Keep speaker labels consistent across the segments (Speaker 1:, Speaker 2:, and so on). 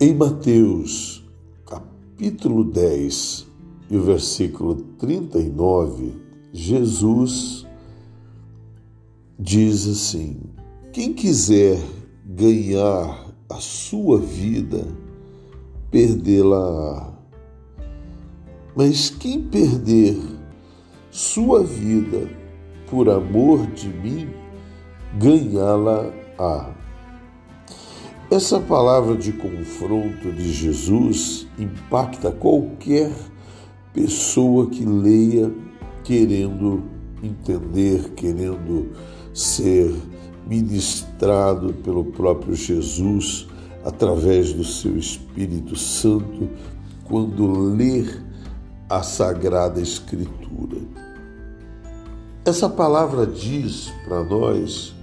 Speaker 1: Em Mateus, capítulo 10, e o versículo 39, Jesus diz assim: quem quiser ganhar a sua vida, perdê-la-á. Mas quem perder sua vida por amor de mim, ganhá-la-á. Essa palavra de confronto de Jesus impacta qualquer pessoa que leia querendo entender, querendo ser ministrado pelo próprio Jesus através do seu Espírito Santo quando ler a Sagrada Escritura. Essa palavra diz para nós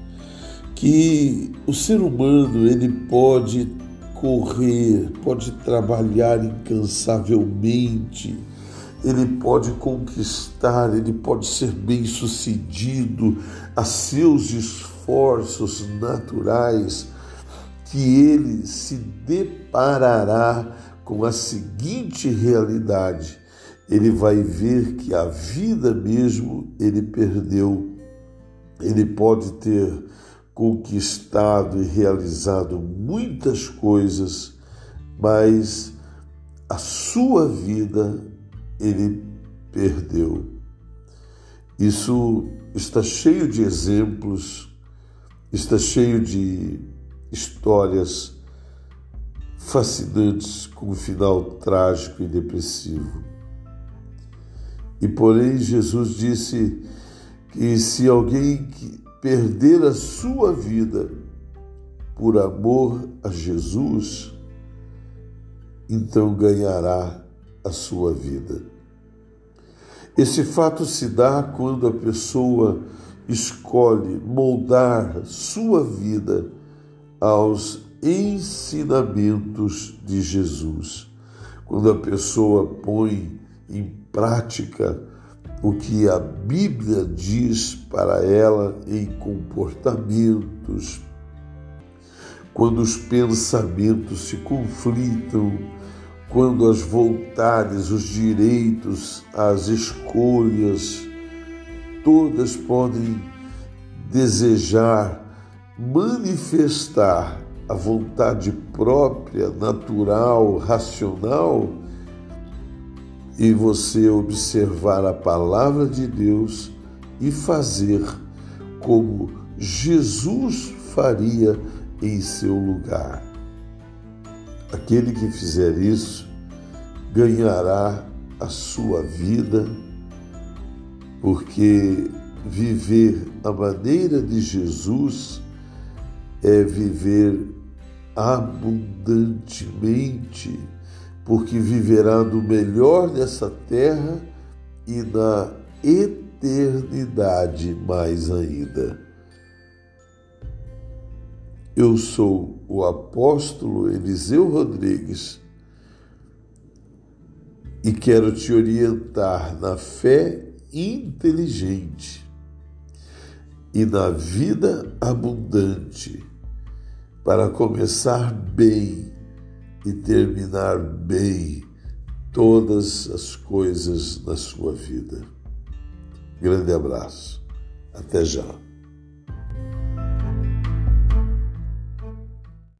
Speaker 1: que o ser humano ele pode correr, pode trabalhar incansavelmente, ele pode conquistar, ele pode ser bem-sucedido a seus esforços naturais, que ele se deparará com a seguinte realidade: ele vai ver que a vida mesmo ele perdeu. Ele pode ter conquistado e realizado muitas coisas, mas a sua vida ele perdeu. Isso está cheio de exemplos, está cheio de histórias fascinantes com um final trágico e depressivo. E porém Jesus disse que se alguém perder a sua vida por amor a Jesus, então ganhará a sua vida. Esse fato se dá quando a pessoa escolhe moldar sua vida aos ensinamentos de Jesus. Quando a pessoa põe em prática o que a Bíblia diz para ela em comportamentos, quando os pensamentos se conflitam, quando as vontades, os direitos, as escolhas, todas podem desejar manifestar a vontade própria, natural, racional, e você observar a palavra de Deus e fazer como Jesus faria em seu lugar. Aquele que fizer isso ganhará a sua vida, porque viver a maneira de Jesus é viver abundantemente, porque viverá no melhor dessa terra e na eternidade mais ainda. Eu sou o apóstolo Eliseu Rodrigues e quero te orientar na fé inteligente e na vida abundante para começar bem e terminar bem todas as coisas na sua vida. Grande abraço. Até já.